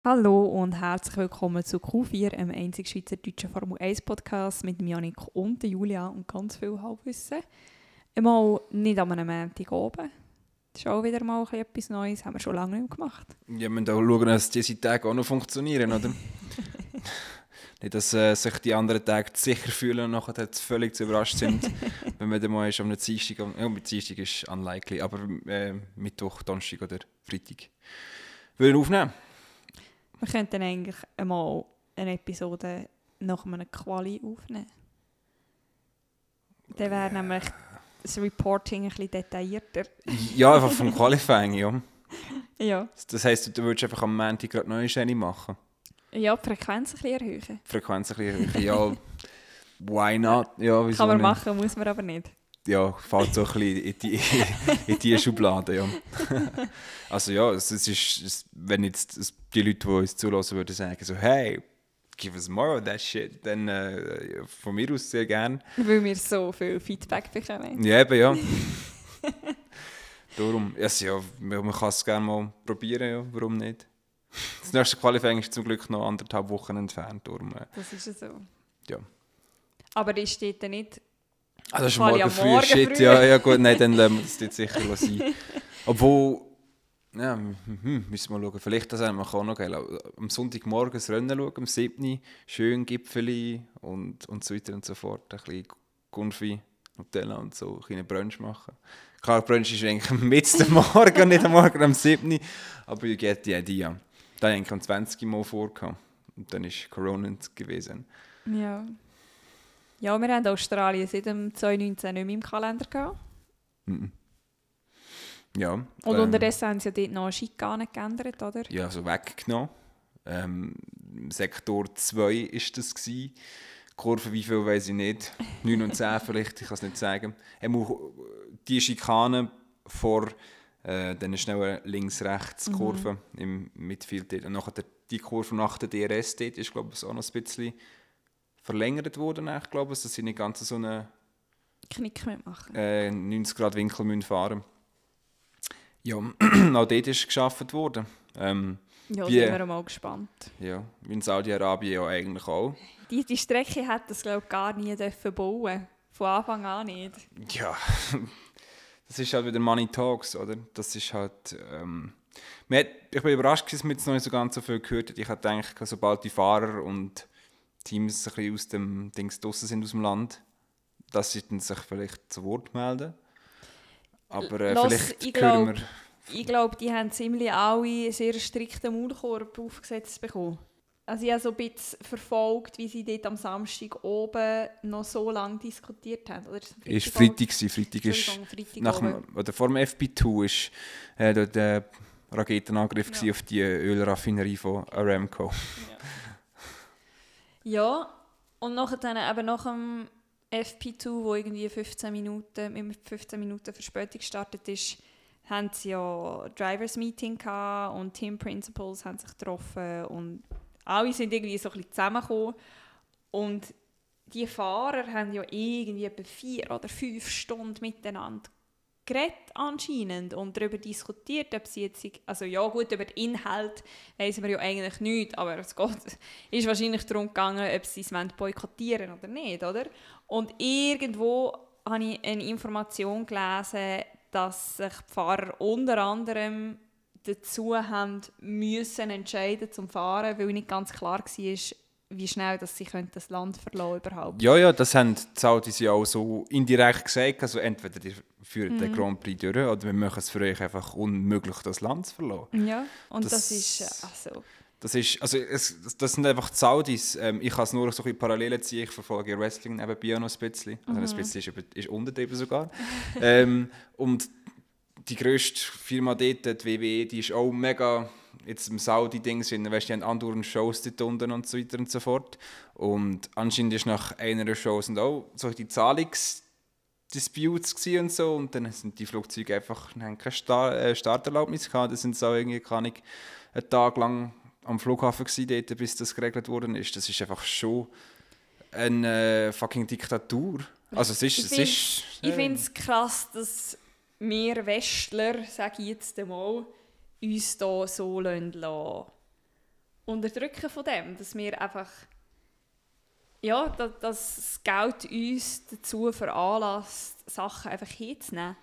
Hallo und herzlich willkommen zu Q4, einem einzigen schweizerdeutschen Formel 1 Podcast mit Janik und Julia und ganz viel Halbwissen. Einmal nicht an einem Montag oben. Das ist auch wieder mal etwas Neues, haben wir schon lange nicht mehr gemacht. Ja, wir müssen auch schauen, dass diese Tage auch noch funktionieren, oder? Nicht, dass sich die anderen Tage sicher fühlen und nachher völlig zu überrascht sind, wenn wir dann mal am Dienstag, mit Dienstag ist unlikely, aber Mittwoch, Donnerstag oder Freitag würden aufnehmen. Wir könnten eigentlich einmal eine Episode nach einem Quali aufnehmen. Dann wäre nämlich das Reporting ein bisschen detaillierter. Ja, einfach vom Qualifying, ja. Ja. Das heisst, du würdest einfach am Montag gerade neue Schäne machen? Ja, die Frequenz ein bisschen erhöhen. Die Frequenz ein bisschen erhöhen, ja. Why not? Ja, wieso Kann man nicht? machen, muss man aber nicht. Ja, fällt so ein bisschen in die Schublade, ja. Also ja, es ist, wenn jetzt die Leute, die uns zulassen, würden sagen so, hey, give us more of that shit, dann von mir aus sehr gerne. Weil wir so viel Feedback bekommen. Ja, eben, ja. Darum, also, ja, man kann es gerne mal probieren, ja, warum nicht? Das nächste Qualifying ist zum Glück noch 1,5 Wochen entfernt, darum, Das ist ja so. ja. Aber ist steht da nicht... Ah, das ist Quali morgen am früh, Morgen shit, früh. ja gut, nein, dann lassen wir das jetzt sicher sein. Obwohl, ja, müssen wir schauen, vielleicht das man auch noch geil. Am Sonntagmorgen das Rennen schauen, am 7. schön Gipfeli und so weiter und so fort, ein bisschen Gunfi, Nutella und so, ein bisschen Brunch machen. Klar, Brunch ist eigentlich mitten am Morgen, nicht am Morgen am 7. Aber you get the idea. Da habe ich eigentlich am 20. Mal vorgehabt. Und dann war Corona gewesen. Ja. Ja, wir haben Australien seit dem 2019 nicht mehr im Kalender gehabt. Ja. Und unterdessen haben sie ja dort noch eine Schikane geändert, oder? Ja, so weggenommen. Sektor 2 war das. Kurve, wie viel weiß ich nicht. 9 und 10 vielleicht, ich kann es nicht sagen. Die Schikane vor diesen schnellen Links-Rechts-Kurven im Midfield. Und nachher die Kurve nach der DRS dort ist, glaube ich, auch noch ein bisschen verlängert worden. Ich glaube, dass sie nicht ganz so einen Knick mitmachen. 90 Grad Winkel müssen fahren. Ja, auch dort ist geschafft worden. Ja, sind wir mal gespannt. Ja, wie in Saudi-Arabien ja eigentlich auch. Die Strecke hätte das, glaube ich, gar nie bauen. Von Anfang an nicht. Ja, das ist halt wieder Money Talks, oder? Das ist halt... ich bin überrascht, dass man jetzt noch nicht so ganz so viel gehört hat. Ich hätte gedacht, sobald die Fahrer und Teams ein bisschen aus dem Dings draussen sind, aus dem Land, dass sie dann sich vielleicht zu Wort melden. Aber vielleicht hören wir... Ich glaube, die haben ziemlich alle einen sehr strikten Maulkorb aufgesetzt bekommen. Also ich habe so ein bisschen verfolgt, wie sie dort am Samstag oben noch so lange diskutiert haben. Oder ist Freitag. Freitag ist vor dem FP2 ist der Raketenangriff auf die Ölraffinerie von Aramco. Ja, und nachher dann eben nach dem FP2, wo irgendwie 15 Minuten Verspätung gestartet ist, haben sie ja Drivers Meeting gehabt und Team Principals haben sich getroffen und alle sind irgendwie so ein bisschen zusammengekommen. Und die Fahrer haben ja irgendwie etwa 4 oder 5 Stunden miteinander geredet anscheinend und darüber diskutiert, ob sie jetzt... Also ja gut, über den Inhalt weiss man ja eigentlich nichts, aber es ist wahrscheinlich darum gegangen, ob sie es boykottieren wollen oder nicht, oder? Und irgendwo habe ich eine Information gelesen, dass sich die Fahrer unter anderem dazu haben müssen entscheiden zum Fahren, weil nicht ganz klar war, wie schnell dass sie das Land verlassen überhaupt. Ja, das haben die Saudis ja auch so indirekt gesagt. Also entweder die führen den Grand Prix durch oder wir machen es für euch einfach unmöglich, das Land zu verlassen. Ja, und das ist also... Das sind einfach die Saudis. Ich kann es nur so ein bisschen Parallelen ziehen. Ich verfolge Wrestling nebenbei noch ein bisschen. Also ein bisschen ist untertrieben sogar. Und die grösste Firma dort, die WWE, die ist auch mega jetzt im Saudi-Ding sind. Weißt, die haben andauernd Shows dort unten und so weiter und so fort. Und anscheinend ist nach einer Show sind auch so die Zahlungsdisputes und so. Und dann sind die Flugzeuge einfach, haben keine Starterlaubnis gehabt. Das sind so irgendwie, einen Tag lang am Flughafen gewesen, dort, bis das geregelt worden ist. Das ist einfach schon eine fucking Diktatur. Also ich finde es krass, dass wir Westler, sage ich jetzt einmal, uns da so lassen unterdrücken von dem, dass wir einfach, ja, dass das Geld uns dazu veranlasst, Sachen einfach hinzunehmen.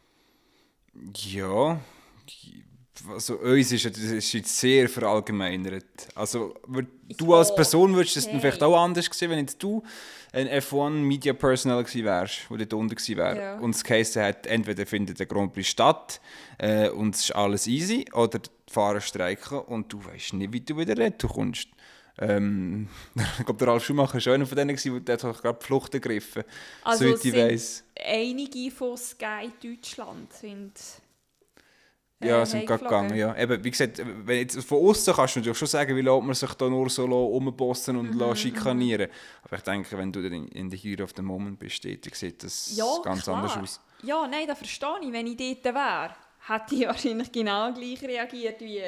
Ja, also uns ist das jetzt sehr verallgemeinert. Also du als Person würdest es dann vielleicht auch anders sehen, wenn jetzt du ein F1 Media Personal gewesen wärst, der dort unten gewesen wäre. Ja. Und das Case hat, entweder findet der Grand Prix statt und es ist alles easy, oder die Fahrer streiken und du weißt nicht, wie du wieder retour kommst. Ich glaube, der Ralf Schumacher war schon einer von denen, der hat gerade die Flucht ergriffen. Also soweit ich weiss. Einige von Sky Deutschland sind sind gerade gegangen, ja. Eben, wie gesagt, wenn jetzt von außen kannst du natürlich schon sagen, wie lässt man sich da nur so rumbossen und schikanieren. Aber ich denke, wenn du in der Heat of the Moment bist, sieht das ganz klar. anders aus. Ja, nein, das verstehe ich. Wenn ich dort wäre, hätte ich wahrscheinlich genau gleich reagiert wie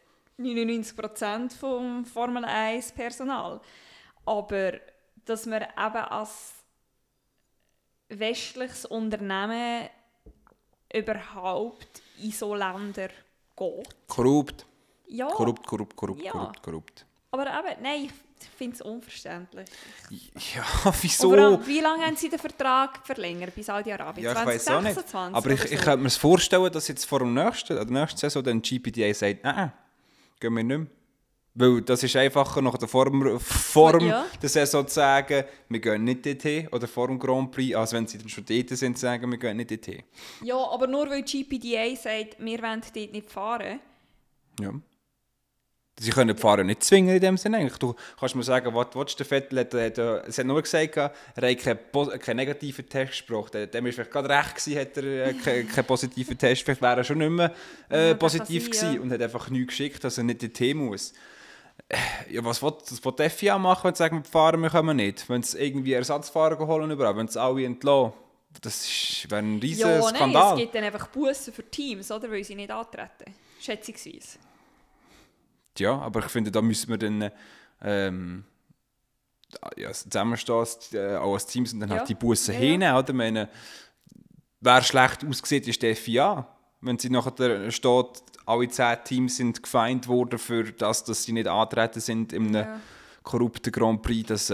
99% vom Formel 1 Personal. Aber dass man eben als westliches Unternehmen überhaupt in so Länder geht. Korrupt. Ja. Korrupt. Aber eben, nein, ich finde es unverständlich. Ja, wieso? Aber wie lange haben Sie den Vertrag verlängert bei Saudi-Arabien? Ja, ich weiß auch nicht. 2026 Aber ich könnte mir vorstellen, dass jetzt vor der nächsten Saison dann GPDA sagt, nein, gehen wir nicht mehr. Weil das ist einfacher, nach der Form der Saison zu sagen, wir gehen nicht dorthin, oder vor dem Grand Prix, als wenn sie dann schon dort sind, zu sagen, wir gehen nicht dorthin. Ja, aber nur weil GPDA sagt, wir wollen dort nicht fahren. Ja. Sie können die Fahrer nicht zwingen in dem Sinne. Eigentlich. Du kannst mir sagen, was willst du? Vettel es hat nur gesagt, er hat keinen negativen Test gebraucht. Dem war vielleicht gerade recht gewesen, hat er keinen positiven Test. Vielleicht wäre er schon nicht mehr positiv gewesen und hat einfach nichts geschickt, dass er nicht dorthin muss. Ja, was will die FIA machen, wenn sie sagen, wir fahren, wir kommen nicht? Wenn sie irgendwie Ersatzfahrer holen überhaupt, wenn sie alle entlassen? Das wäre ein riesiger Skandal. Es gibt dann einfach Bussen für Teams, oder? Weil sie nicht antreten. Schätzungsweise. Ja, aber ich finde, da müssen wir dann zusammenstehen, auch als Teams und dann halt die Bussen hinnehmen. Oder? Meine, wer schlecht aussieht, ist die FIA. Wenn sie nachher steht, alle 10 Teams sind gefeind worden für das, dass sie nicht antreten sind in einem korrupten Grand Prix, das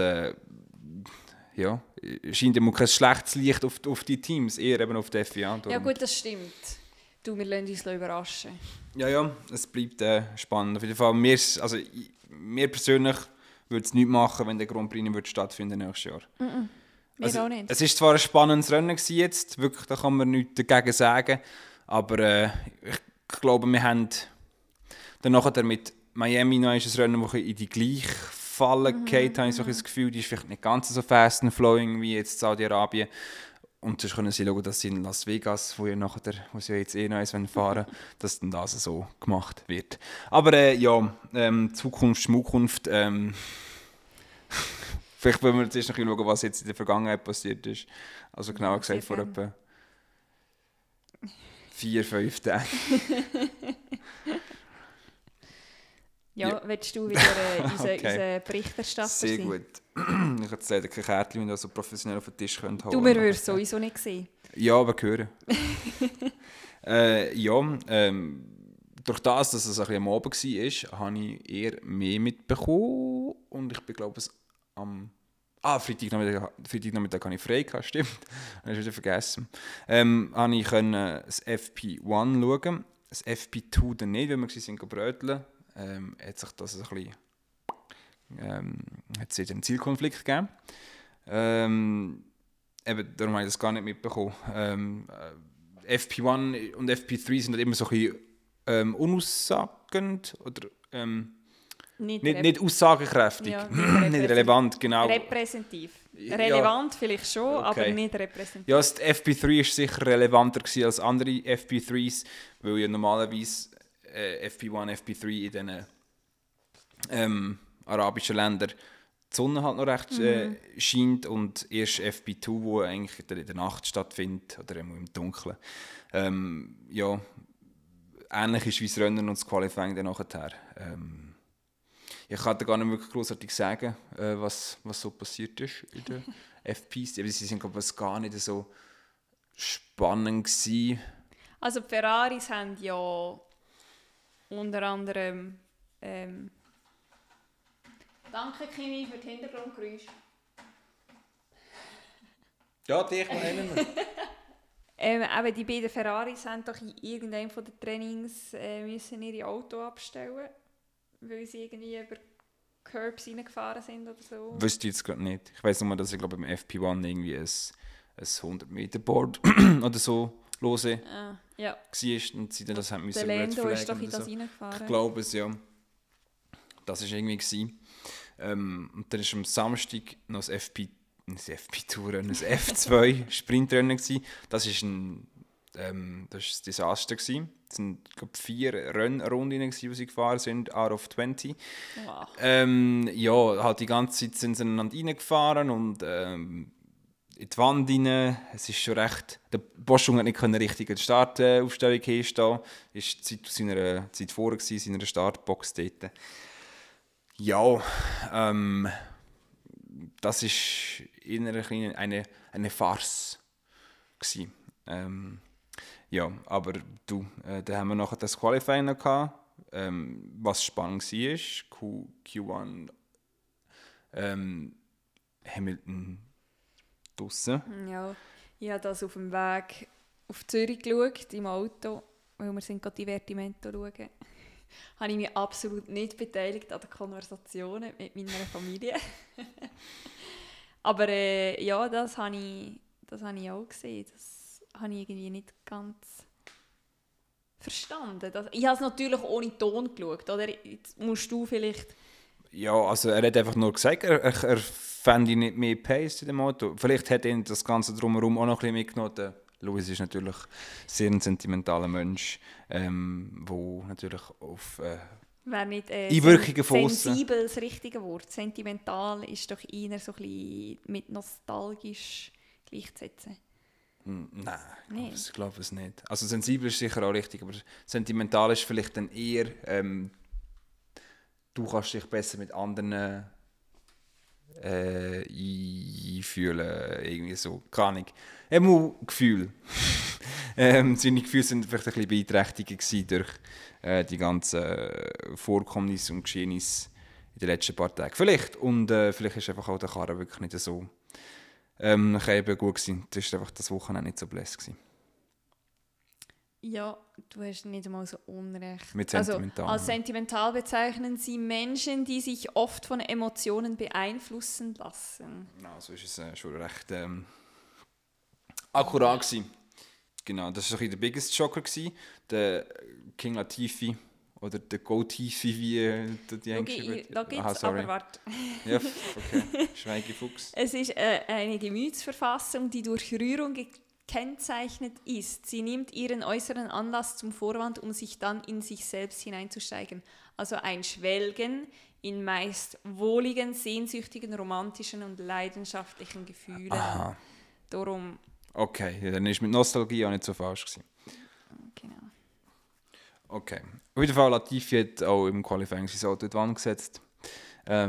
scheint immer kein schlechtes Licht auf die Teams, eher eben auf die FIA. Darum. Ja gut, das stimmt. Wir lassen uns überraschen. Ja, es bleibt spannend. Auf jeden Fall, mir persönlich würde es nichts machen, wenn der Grand Prix nicht stattfinden nächstes Jahr. Mir auch nicht. Es war zwar ein spannendes Rennen jetzt, wirklich, da kann man nichts dagegen sagen, aber ich glaube, wir haben dann nachher mit Miami noch ein Rennen, das in die gleiche Falle gefallen habe ich so das Gefühl, die ist vielleicht nicht ganz so fast and flowing wie jetzt Saudi-Arabien. Und sonst können sie schauen, dass sie in Las Vegas, wo sie jetzt noch eins fahren wollen, dass dann das so gemacht wird. Aber Zukunft, Schmuckkunft. Vielleicht wollen wir jetzt noch schauen, was jetzt in der Vergangenheit passiert ist. Also genauer gesagt vor etwa 4-5 Tagen. Willst du wieder unseren Berichterstatter sein? Sehr gut. Ich habe jetzt leider kein Kärtchen, das so professionell auf den Tisch holen könnte. Du, wir würden es sowieso nicht sehen. Ja, aber hören. Durch das, dass es ein bisschen am Abend war, habe ich eher mehr mitbekommen. Und ich glaube, es am Freitagnachmittag habe ich frei gehabt, stimmt. Habe ich wieder vergessen. Habe ich das FP1 schauen, das FP2 dann nicht, weil wir sind bröteln. Hat sich das ein bisschen hat es einen Zielkonflikt gegeben. Darum habe ich das gar nicht mitbekommen. FP1 und FP3 sind halt immer so ein bisschen unaussagend oder nicht aussagekräftig. Ja, nicht relevant, genau. Repräsentativ. Relevant vielleicht schon, okay. Aber nicht repräsentativ. Ja, das FP3 war sicher relevanter als andere FP3s, weil ja normalerweise FP1, FP3 in diesen arabischen Ländern die Sonne halt noch recht scheint und erst FP2, wo eigentlich in der Nacht stattfindet oder im Dunkeln. Ähnlich ist wie das Rennen und das Qualifying dann nachher. Ich kann da gar nicht wirklich großartig sagen, was so passiert ist in den FPs. Sie sind, glaube ich, gar nicht so spannend gewesen. Also die Ferraris haben ja unter anderem Danke, Kimi, für das Hintergrundgeräusch. Ja, dich nennen wir. Aber die beiden Ferraris haben doch in irgendeinem von den Trainings müssen ihre Auto abstellen, weil sie irgendwie über Curbs reingefahren sind oder so. Wüsste ich jetzt gerade nicht. Ich weiss nur, dass ich glaube beim FP1 irgendwie ein 100-Meter-Board oder so lose ja. war und sie dann das haben müssen. Der Lando ist doch in das so. reingefahren. Ich glaube es, ja. Das war irgendwie und dann war am Samstag noch ein FP-Tour, ein F2-Sprintrennen gewesen. Das war ein Desaster gewesen. Es waren, glaube ich, 4 Rennrunden, die sie gefahren sind, out of 20. Wow. Ja, halt die ganze Zeit sind sie aneinander reingefahren und in die Wand rein. Es ist schon recht... Der Boschung hat nicht richtig in der Startaufstellung hinstehen. Ist die Zeit vor seiner Startbox dort. Ja, das war eher eine Farce gewesen. Ja, aber da haben wir nachher das Qualifying noch gehabt, was spannend war. Q1 Hamilton draussen. Ja, ich habe das auf dem Weg auf Zürich geschaut, im Auto, weil wir sind gerade Divertimento schauen. Habe ich mich absolut nicht beteiligt an den Konversationen mit meiner Familie. Aber ja, das habe ich auch gesehen. Das habe ich irgendwie nicht ganz verstanden. Ich habe es natürlich ohne Ton geschaut. Oder? Jetzt musst du vielleicht... Ja, also er hat einfach nur gesagt, er fände nicht mehr Pace in dem Auto. Vielleicht hat ihn das Ganze drumherum auch noch ein bisschen mitgenommen. Der Lewis ist natürlich sehr ein sentimentaler Mensch, der natürlich auf Wäre nicht Einwirkungen von aussen. Sensibel das richtige Wort. Sentimental ist doch eher so ein bisschen mit nostalgisch gleichzusetzen. Nein, ich glaube es nicht. Also sensibel ist sicher auch richtig, aber sentimental ist vielleicht dann eher, du kannst dich besser mit anderen einfühlen, irgendwie so, keine Ahnung. Immer Gefühl. Seine Gefühle sind vielleicht ein bisschen beeinträchtigt durch die ganzen Vorkommnisse und Geschehnisse in den letzten paar Tagen. Vielleicht. Und vielleicht ist einfach auch der Karren wirklich nicht so eben gut gewesen. Das war einfach das Wochenende nicht so blöd gewesen. Ja, du hast nicht einmal so Unrecht. Mit sentimental. Also, als sentimental bezeichnen sie Menschen, die sich oft von Emotionen beeinflussen lassen. Ja, so ist es schon recht akkurat gewesen. Genau, das war der biggest Shocker gewesen. Der King Latifi oder der Go-Tifi, wie die Englischen da gibt es, sorry. Aber warte. Ja, okay. Schweigefuchs. Es ist eine Gemütsverfassung, die durch Rührung gekennzeichnet ist. Sie nimmt ihren äußeren Anlass zum Vorwand, um sich dann in sich selbst hineinzusteigen. Also ein Schwelgen in meist wohligen, sehnsüchtigen, romantischen und leidenschaftlichen Gefühlen. Aha. Darum... Okay, ja, dann ist mit Nostalgie auch nicht so falsch gewesen. Genau. Okay. Auf jeden Fall, Latifi hat auch im Qualifying sein Auto in die Wand gesetzt. Ja,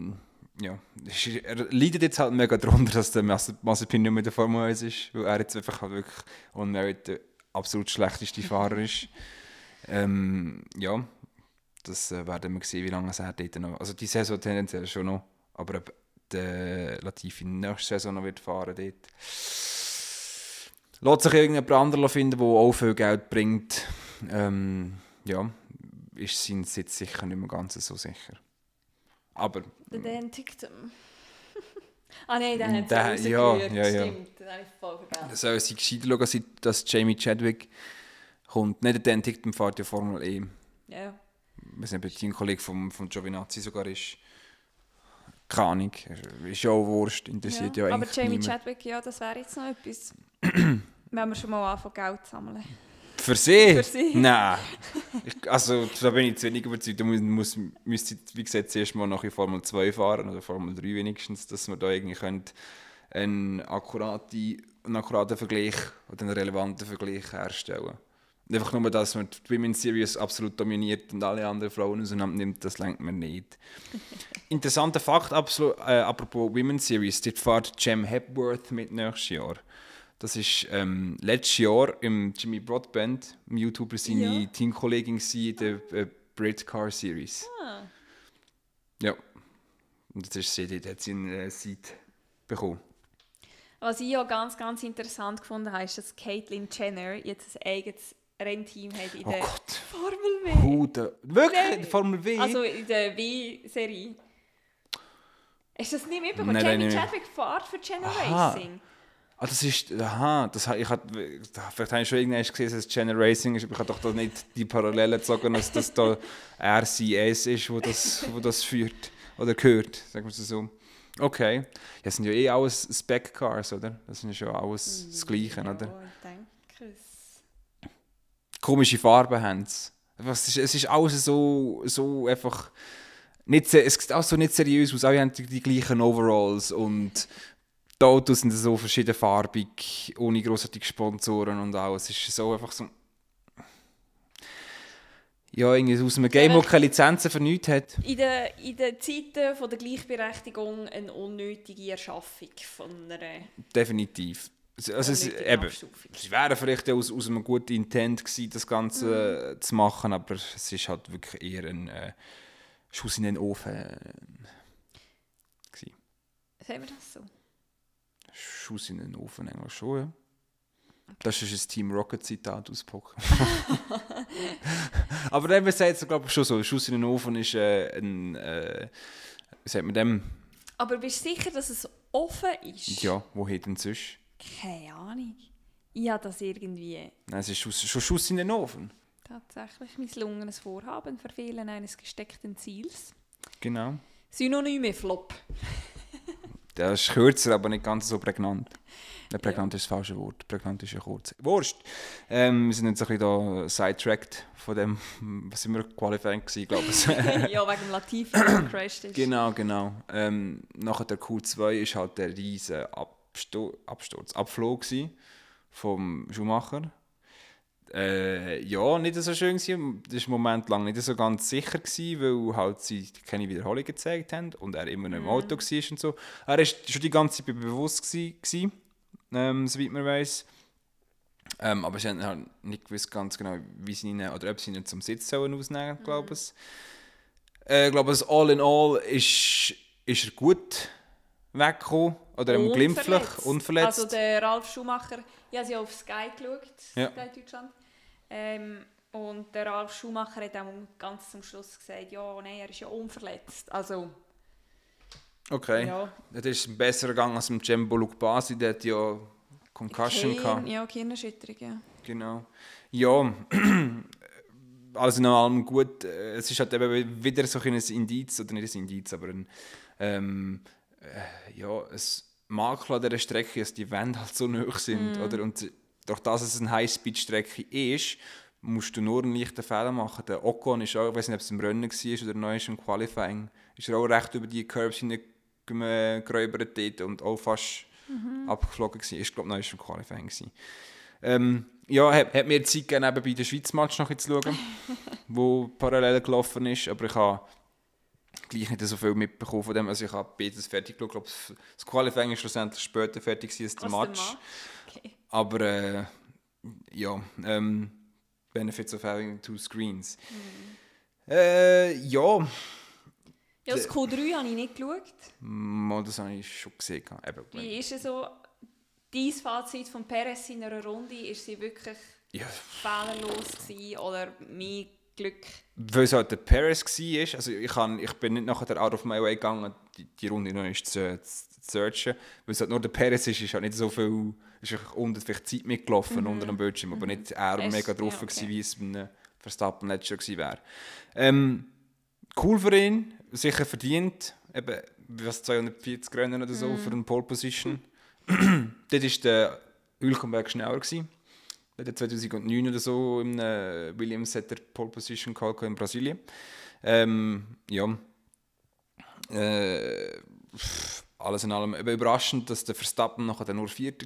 er leidet jetzt halt mega darunter, dass der Mazepin nicht mehr in der Formel 1 ist, weil er jetzt einfach halt wirklich unmerit der absolut schlechteste Fahrer ist. Ja, das werden wir sehen, wie lange er dort noch... Also die Saison tendenziell schon noch, aber ob der Latifi nächste Saison noch wird fahren dort... Lässt sich irgendjemand anderes finden, der auch viel Geld bringt. Ja, ist sein Sitz sicher nicht mehr ganz so sicher. Aber... Der Dan Ticktum. Nein, den hat er rausgerührt. Ja. Stimmt, den habe ich voll vergessen. Soll sie gescheiter schauen, dass Jamie Chadwick kommt. Nicht der Dan Ticktum fährt ja Formel E. Ja. Ich weiß nicht, ob der Teamkollege von Giovinazzi sogar ist. Keine Ahnung. Ist ja auch Wurst, interessiert ja aber eigentlich Jamie niemand. Chadwick, ja, das wäre jetzt noch etwas. Wenn wir schon mal anfangen, Geld zu sammeln. Für sie? Für sie? Nein. Also, da bin ich zu wenig überzeugt. Da müsste wie gesagt, zuerst mal nach Formel 2 fahren, oder Formel 3 wenigstens, dass wir da irgendwie einen akkuraten Vergleich oder einen relevanten Vergleich herstellen. Und einfach nur, dass man die Women's Series absolut dominiert und alle anderen Frauen auseinandernimmt, das lenkt man nicht. Interessanter Fakt, apropos Women's Series, dort fährt Jem Hepworth mit nächstes Jahr. Das war letztes Jahr im Jimmy Broadbent, im YouTuber, seine Teamkollegin in der Brit Car Series. Ah. Ja, Und jetzt hat sie eine Seite bekommen. Was ich auch ganz, ganz interessant gefunden habe, ist, dass Caitlyn Jenner jetzt ein eigenes Rennteam hat in der Formel W. Wirklich? In der Formel W? Also in der W-Serie. Hast du das nicht mitbekommen? Nein, Jamie nicht. Chadwick fährt für Jenner Aha. Racing. Vielleicht habe ich schon irgendwann gesehen, dass es Jenner Racing ist, aber ich habe doch da nicht die Parallele gezogen, dass das da RCS ist, wo das führt oder gehört, sagen wir es so. Okay. Das sind ja alles Spec-Cars, oder? Das sind ja schon alles das Gleiche, oder? Ja, ich denke es. Komische Farben haben sie. Es ist alles so einfach... es sieht auch so nicht seriös aus, alle haben die gleichen Overalls und die Autos sind so verschiedenfarbig, ohne grossartige Sponsoren und alles. Es ist so einfach so... Ja, irgendwie aus einem Game, das keine Lizenzen für nichts hat. In den Zeiten von der Gleichberechtigung eine unnötige Erschaffung von einer Definitiv. Also es wäre vielleicht aus einem guten Intent gewesen, das Ganze zu machen, aber es ist halt wirklich eher ein Schuss in den Ofen gewesen. Sagen wir das so? Schuss in den Ofen eigentlich schon, ja. Okay. Das ist ein Team Rocket-Zitat aus Pokémon. Aber dann sagt es, glaube ich, schon so. Ein Schuss in den Ofen ist wie sagt man dem? Aber bist du sicher, dass es offen ist? Ja, woher denn sonst? Keine Ahnung. Ich habe das irgendwie... Nein, es ist schon Schuss in den Ofen. Tatsächlich misslungenes Vorhaben, Verfehlen eines gesteckten Ziels. Genau. Synonyme Flop. Das ist kürzer, aber nicht ganz so prägnant. Prägnant ist das falsche Wort. Prägnant ist ja kurz. Wurscht. Wir sind jetzt ein bisschen sidetracked von dem, was wir Qualifying gewesen, glaube ich. Ja, wegen dem Latifi, der gecrashed ist. Genau. Nachher der Q2 war halt der riesen Abflug vom Schumacher. Ja, nicht so schön gewesen. Das war einen Moment lang nicht so ganz sicher gewesen, weil halt sie keine Wiederholung gezeigt haben und er immer noch im Auto war und so. Er war schon die ganze Zeit bewusst gewesen, soweit man weiss. Aber sie haben halt nicht gewusst ganz genau, wie sie ihn, oder ob sie ihn zum Sitz ausnehmen sollen, glaube ich. Ich glaube, all in all ist er gut weggekommen, oder glimpflich, unverletzt. Also der Ralf Schumacher, ich habe sie auf Sky geschaut, ja. Sky Deutschland. Und der Ralf Schumacher hat auch ganz zum Schluss gesagt, ja, nein, er ist ja unverletzt. Also, okay, ja. Das ist besser gegangen als mit Jembo Lukbasi, der hat ja Concussion gehabt. Ja, Gehirnerschütterung, ja. Genau. Ja, alles in allem gut. Es ist halt eben wieder so ein Indiz, oder nicht ein Indiz, aber ein Makel an dieser Strecke, dass die Wände halt so nahe sind. Oder? Und durch das es eine High-Speed-Strecke ist, musst du nur einen leichten Fehler machen. Der Ocon ist auch, ich weiß nicht, ob es im Rennen war oder neu im Qualifying, ist er auch recht über die Curbs hineingeräubert dort und auch fast abgeflogen gewesen. Ich glaube, neu war im Qualifying gewesen. Ja, hat mir Zeit gegeben, nebenbei den Schweiz-Match noch zu schauen, wo parallel gelaufen ist, aber ich habe gleich nicht so viel mitbekommen von dem. Also ich habe beides fertig geschaut. Ich glaube, das Qualifying ist schlussendlich später fertig als der Match. Okay. Aber Benefits of having two screens. Ja, das Q3 habe ich nicht geschaut. Das habe ich schon gesehen. Wie ist es so, dein Fazit von Perez in einer Runde? Ist sie wirklich fehlerlos gewesen oder mehr Glück? Weil es halt der Perez war, also ich bin nicht nachher out of my way gegangen, die Runde noch zu searchen, weil es halt nur der Perez ist halt nicht so viel, ist unter vielleicht Zeit mitgelaufen unter dem Bildschirm, aber nicht mega drauf gewesen, wie es bei einem Verstappen letztes Jahr war. Cool für ihn, sicher verdient, eben, was 240 Rennen oder so für eine Pole Position. Dort war der Hülkenberg schneller gewesen. 2009 oder so im Williams hat der Pole Position gehabt in Brasilien. Alles in allem überraschend, dass der Verstappen nachher nur Vierter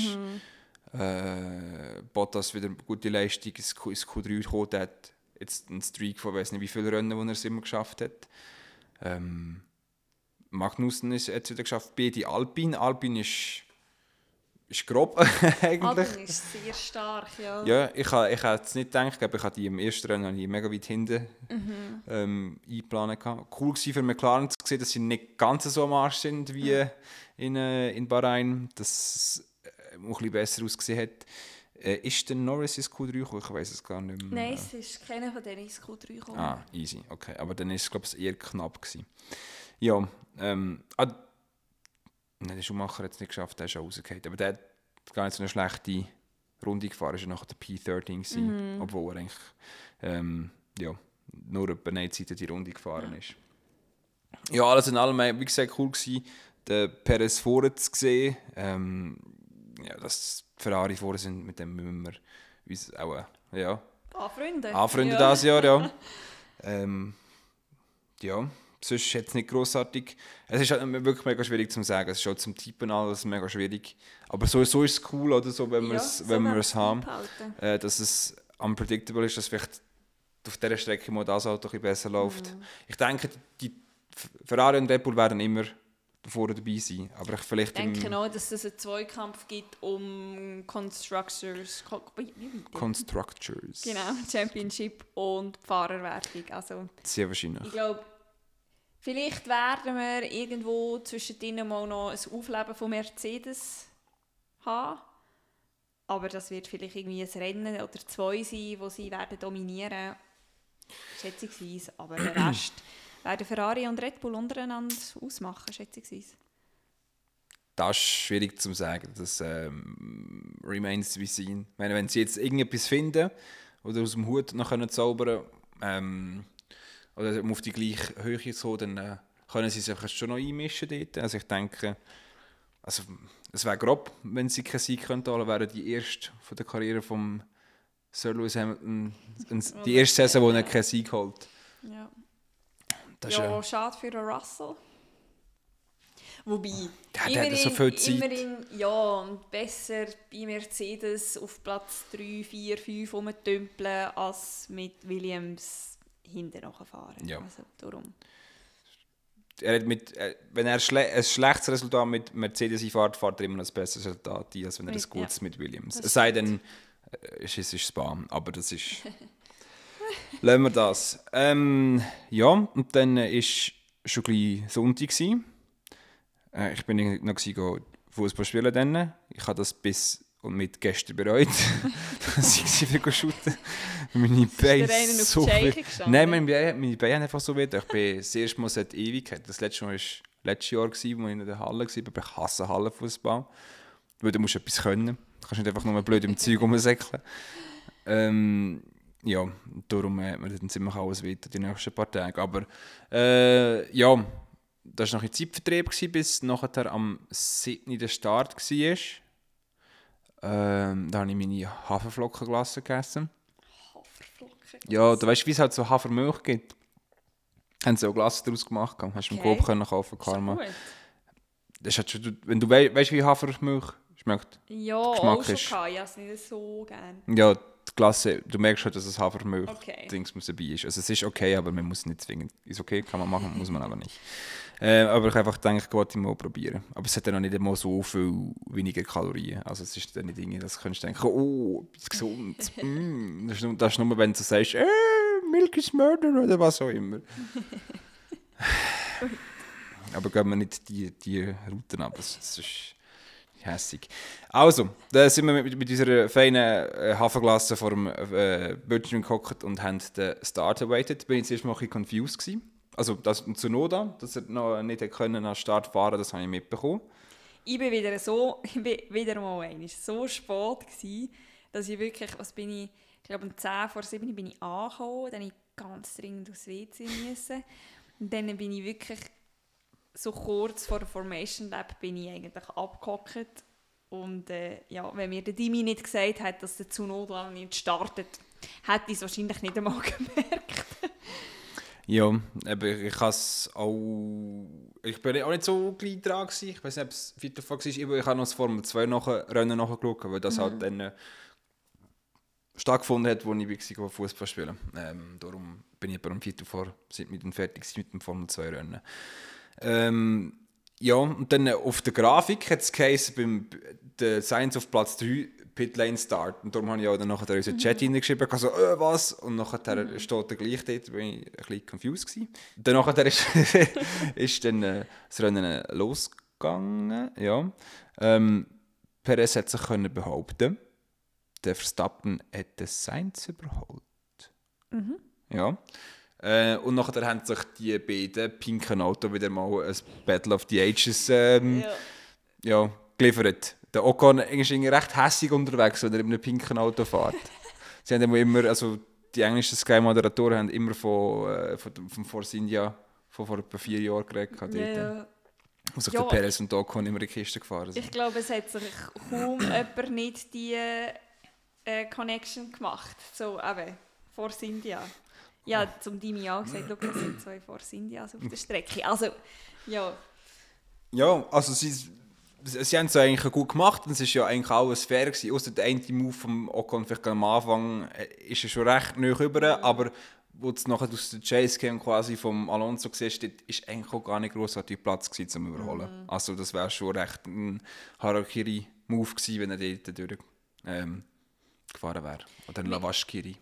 war. Bottas wieder eine gute Leistung ins Q3 gekommen hat. Jetzt ein Streak von weiß nicht wie viele Rennen, wo er es immer geschafft hat. Magnussen hat es wieder geschafft. Beide Alpine. Alpine ist ist grob eigentlich. Albon ist sehr stark, ja. Ja, ich hätte es nicht gedacht, aber ich hatte die im ersten Rennen mega weit hinten eingeplant. Cool war für McLaren zu sehen, dass sie nicht ganz so am Arsch sind wie in Bahrain, dass es auch ein bisschen besser ausgesehen hat. Ist der Norris ins Q3 gekommen? Ich weiß es gar nicht mehr. Nein, es ist keiner von denen ins Q3 gekommen. Ah, easy, okay. Aber dann war es, glaube ich, eher knapp gewesen. Ja, nein, der Schumacher hat es nicht geschafft, der ist schon rausgefallen. Aber der hat gar nicht so eine schlechte Runde gefahren, ist ja nachher der P13 gewesen, obwohl er eigentlich nur etwa eine Zeit die Runde gefahren ist. Ja, alles in allem, wie gesagt, cool gewesen, den Perez vorne zu sehen. Dass die Ferrari vorne sind, mit dem müssen wir uns auch anfreunden dieses Jahr, ja. Ja, sonst ist es nicht grossartig. Es ist halt wirklich mega schwierig zu sagen. Es ist schon zum Typen alles mega schwierig. Aber so ist es cool, oder so, wenn wir es haben. Dass es unpredictable ist, dass vielleicht auf dieser Strecke mal das Auto ein bisschen besser läuft. Ich denke, die Ferrari und Red Bull werden immer vorne dabei sein. Aber ich denke auch, dass es einen Zweikampf gibt um Constructors. Genau, Championship und Fahrerwertung. Also, sehr wahrscheinlich. Ich glaube, vielleicht werden wir irgendwo zwischen denen mal noch ein Aufleben von Mercedes haben. Aber das wird vielleicht irgendwie ein Rennen oder 2 sein, wo sie werden dominieren. Schätzungsweise. Aber der Rest werden Ferrari und Red Bull untereinander ausmachen, schätzungsweise. Das ist schwierig zu sagen. Das remains to be seen. Ich meine, wenn sie jetzt irgendetwas finden oder aus dem Hut noch zaubern können, oder auf die gleiche Höhe so, dann können sie sich schon noch einmischen dort. Also ich denke, es wäre grob, wenn sie keinen Sieg holen könnten, wäre die erste von der Karriere von Sir Lewis Hamilton, die erste Saison, wo er keinen Sieg holt. Ja. Das ist schade für den Russell. Wobei, der hat so viel Zeit. Immerhin, und besser bei Mercedes auf Platz 3, 4, 5 rumtümpeln, als mit Williams hinten fahren. Ja. Also, darum. Wenn er ein schlechtes Resultat mit Mercedes fährt, fährt er immer noch ein besseres Resultat ein, als wenn er ein gutes mit Williams. Es sei denn, es ist Spa, aber das ist... Lassen wir das. Und dann war schon ein bisschen Sonntag. Ich bin noch Fußball spielen. Dann. Ich habe das bis und mit gestern bereut, dass ich wieder shooten. Meine Beine so weh. Nein, meine Beine haben einfach so weh. Ich bin das erste Mal seit Ewigkeit. Das letzte Mal war letztes Jahr, als ich in der Halle war. Aber ich hasse Hallenfußball. Weil du musst etwas können. Du kannst nicht einfach nur blöd im Zeug rumsäckeln. Darum hat man dann ziemlich alles weiter die nächsten paar Tage. Aber das war noch ein Zeitvertrieb, bis nachher am 7. der Start war. Da habe ich meine Haferflocken gegessen. Haferflocken? Ja, du weißt, wie es halt so Hafermilch gibt. Haben sie auch Glas daraus gemacht. Hast du im Coop kaufen, Karma. Das ist schon, wenn du weißt, wie Hafermilch schmeckt. Ja, auch schon gehabt. Ich habe es nicht so gerne. Ja, die Klasse, du merkst schon, dass es Hafermilch-Dings dabei ist. Also es ist okay, aber man muss es nicht zwingend. Ist okay, kann man machen, muss man aber nicht. Aber ich einfach denke, ich wollte mal probieren. Aber es hat dann auch nicht immer so viel weniger Kalorien. Also es ist dann nicht Dinge, das kannst du denken, oh, etwas Gesundes. Das ist nur, wenn du sagst, Milk is murder oder was auch immer. Aber gehen wir nicht die Routen ab. Das ist hässig. Also, da sind wir mit unserer feinen Haferglasse vor dem Bildschirm gehockt und haben den Start awaited. Bin ich zuerst mal ein bisschen confused gewesen. Also das Tsunoda, dass er noch nicht an den Start fahren, das habe ich mitbekommen. Ich bin wieder mal so spät gewesen, dass ich wirklich, ich glaube um 10 vor 7 bin ich angekommen, dann ich ganz dringend aufs WC müssen. Und dann bin ich wirklich so kurz vor der Formation Lab bin ich eigentlich abgehockt. Und wenn mir der Dimi nicht gesagt hat, dass der Tsunoda nicht startet, hätte ich es wahrscheinlich nicht einmal gemerkt. Ja, aber ich bin auch nicht so gleich dran gewesen. Ich weiß nicht, ob es weiter vor war. Ich habe noch das Formel 2 Rennen nachgeschaut, weil das halt dann stattgefunden hat, als ich Fußball spielen war. Darum bin ich etwa um 4 vor mit dem fertig mit dem Formel 2 Rennen. Ja, und dann auf der Grafik hat es geheißen, beim der Sainz auf Platz 3 Pitlane Start. Und darum habe ich auch dann nachher unseren Chat hineingeschrieben, so, was? Und nachher steht er gleich dort, da war ich ein bisschen confused gewesen. Dann nachher ist dann das Rennen losgegangen, ja. Perez hat sich können behaupten. Der Verstappen hat den Sainz überholt. Ja. Und nachher haben sich die beiden pinken Autos wieder mal ein Battle of the Ages geliefert. Der Ocon ist recht hässig unterwegs, wenn er in einem pinken Auto fährt. Sie haben immer, also die englischen Sky-Moderatoren haben immer von Force India von vor etwa 4 Jahren geredet. Ja. Wo sich der Perez und der Ocon immer in die Kiste gefahren sind. Ich glaube, es hat sich kaum jemand nicht die Connection gemacht. So eben, Force India. Ja, zum Dimi auch gesagt, schau, es sind 2 Force Indias auf der Strecke. Also, ja. Ja, also sie haben es eigentlich gut gemacht und es war ja eigentlich alles fair gewesen. Ausser der eine Move vom Ocon, vielleicht am Anfang, ist er schon recht nahe rüber, aber wo es nachher aus der Chase kam, quasi vom Alonso siehst, ist eigentlich auch gar nicht grossartig Platz gewesen, zum Überholen. Also das wäre schon recht ein Harakiri-Move gewesen, wenn er dort durch gefahren wäre. Oder ein Lavashkiri.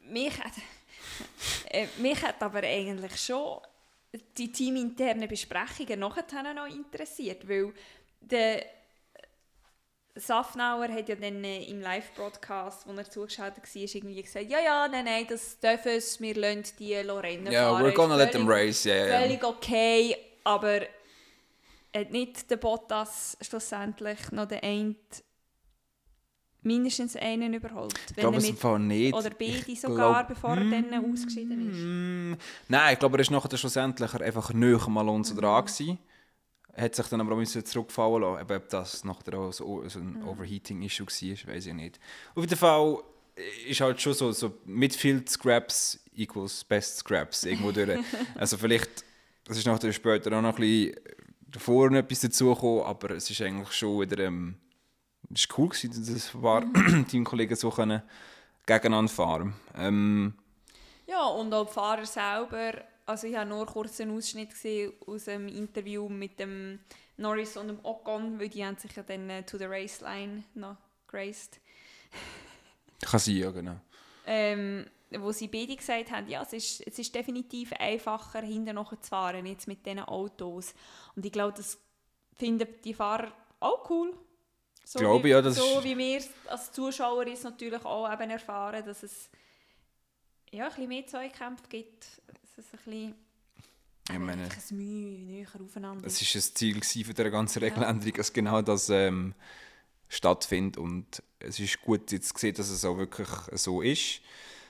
Mich hat aber eigentlich schon die teaminternen Besprechungen nachher noch interessiert, weil der Safnauer hat ja dann im Live-Broadcast, wo er zugeschaltet war, irgendwie gesagt, nein, das dürfen es, wir lassen die Rennen fahren. Ja, we're gonna let them race, Völlig okay, aber hat nicht der Bottas schlussendlich noch den einen, mindestens einen überholt? Ich glaube es im Fall nicht. Oder beide sogar, bevor er dann ausgeschieden ist? Nein, ich glaube, er ist nachher schlussendlich einfach näher am Alonso dran gewesen. Hat sich dann aber auch zurückfallen lassen. Aber ob das nachher auch so ein Overheating-Issue war, weiß ich nicht. Auf jeden Fall ist halt schon so Midfield Scraps equals Best Scraps irgendwo durch. Also vielleicht, das ist nachher später auch noch ein bisschen davor etwas dazugekommen, aber es ist eigentlich schon wieder es war cool gewesen, dass ein paar Teamkollegen so gegeneinander fahren. Ja, und auch die Fahrer selber. Also ich habe nur kurz einen Ausschnitt gesehen aus einem Interview mit dem Norris und dem Ocon, weil die haben sich ja dann to the Raceline noch geraced. Kann sein, ja, genau. Wo sie beide gesagt haben, ja, es ist definitiv einfacher, hinten noch zu fahren, jetzt mit diesen Autos. Und ich glaube, das finden die Fahrer auch cool. So glaube, wie, ja, das so wie wir als Zuschauer ist natürlich auch eben erfahren, dass es ein bisschen mehr Zweikämpfe gibt. Dass es ein bisschen näher aufeinander ist. Es war ein Ziel von dieser ganzen Regeländerung, dass genau das stattfindet. Und es ist gut jetzt zu sehen, dass es auch wirklich so ist.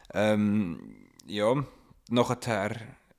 Ja, nachher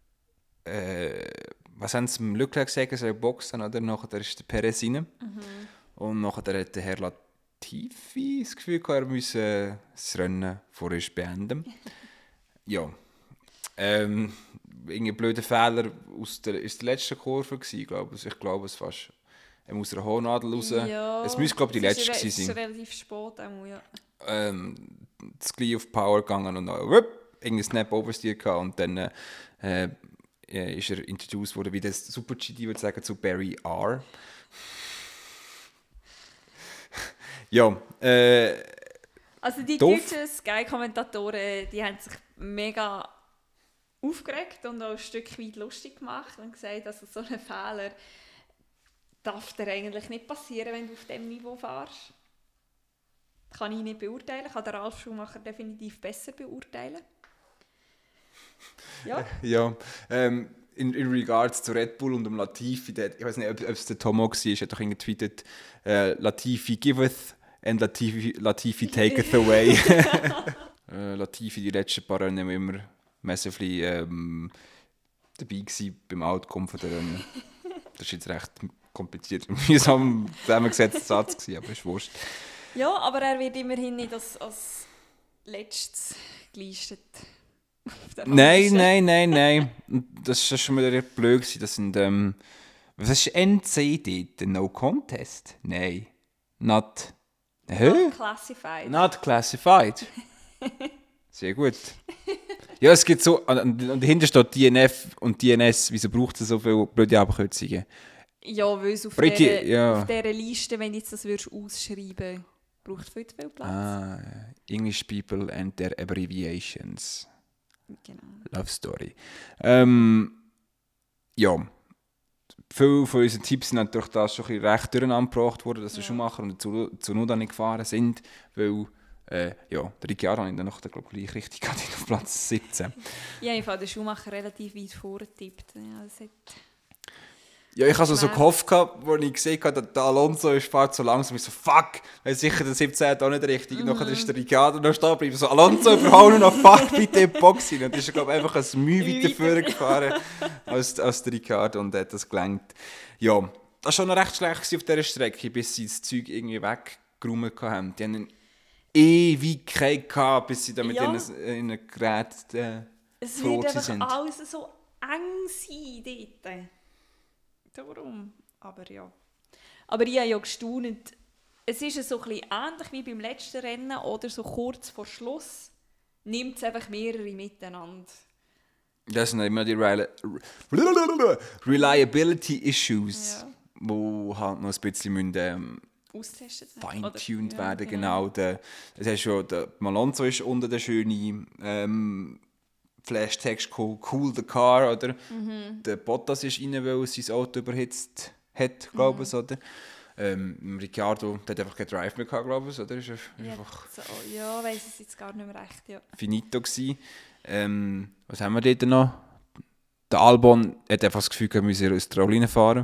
was haben sie dem Leclerc gesagt, er soll boxen, oder? Nachher ist der Perez rein. Und nachher hat der Herr Latifi das Gefühl gehabt, er müsse das Rennen vorerst beenden. Ja. Irgendein blöder Fehler aus der letzten Kurve gewesen, glaube ich. Ich glaube es fast. Aus einer Hohnadel raus. Ja, es müsste, glaube ich, die letzte gewesen sein. Es ist relativ spät, ja. Das gleich auf Power gegangen und dann irgendein Snap Oversteer gehabt und dann ist er introduced worden wie das Super GT, würde ich sagen, zu Barry R. Ja, also die deutschen Sky-Kommentatoren, die haben sich mega aufgeregt und auch ein Stück weit lustig gemacht und gesagt, dass so ein Fehler darf dir eigentlich nicht passieren, wenn du auf diesem Niveau fährst. Kann ich nicht beurteilen, kann der Ralf Schumacher definitiv besser beurteilen. Ja. Ja, in regards zu Red Bull und dem Latifi, ich weiß nicht, ob es der Tomo war, hat doch getweetet, Latifi giveth and Latifi taketh away. Latifi, die letzten paar Rennen immer massively dabei gewesen beim Outcome von der Rennen. Das ist jetzt recht kompliziert und mühsam zusammengesetzter Satz gewesen, aber ist wurscht. Ja, aber er wird immerhin nicht als letztes gelistet. Nein. Das war schon mal blöd gewesen. Das sind, was ist NC dort? No Contest? Nein. Not classified. Not classified. Sehr gut. Ja, es gibt so, und dahinter steht DNF und DNS. Wieso braucht es so viele blöde Abkürzungen? Ja, weil es auf Pretty, dieser ja. auf dieser Liste, wenn du jetzt das würdest ausschreiben, braucht viel zu viel Platz. Ah, English people and their abbreviations. Genau. Love Story. Ja, viele von unseren Tipps sind natürlich das schon ein bisschen recht durcheinander gebracht worden, dass wir Schumacher und Tsunoda nicht gefahren sind, weil der Ricciardo habe ich dann noch gleich richtig gehabt, auf Platz 17. Ja, ich fand den Schumacher relativ weit vorgetippt. Ja, das hat... Ja, ich hatte so gehofft, als ich gesehen habe, dass der Alonso fährt so langsam. Ich so, fuck, weil sicher der 17 auch nicht richtig. Nachher ist der Ricciardo noch stehen geblieben. So, Alonso, überhaupt nur noch, fuck, bitte in die Box rein. Und ist glaube ich, einfach ein Mühe weiter vorne gefahren als der Ricciardo und hat das gelenkt. Ja, das war schon noch recht schlecht auf dieser Strecke, bis sie das Zeug irgendwie weggeräumt haben. Die haben eine Ewigkeit gehabt, bis sie da mit ihren Geräten es wird einfach alles so eng sein dort. Darum. Aber ja. Aber ich habe ja gestaunt. Es ist so ein bisschen ähnlich wie beim letzten Rennen oder so kurz vor Schluss nimmt es einfach mehrere miteinander. Das sind immer die Reliability-Issues, die halt noch ein bisschen fine-tuned werden. Genau. Das heißt schon, der Alonso ist unter der schönen Flash-Text cool the car, oder? Der Bottas ist rein, weil sein Auto überhitzt hat, glaube ich, oder? Ricciardo, der hat einfach keinen Drive mehr gehabt, glaube ich, oder? Ist einfach ja, weiss es jetzt gar nicht mehr recht, ja. Finito gewesen. Was haben wir dort noch? Der Albon hat einfach das Gefühl, er müsse in Australien fahren.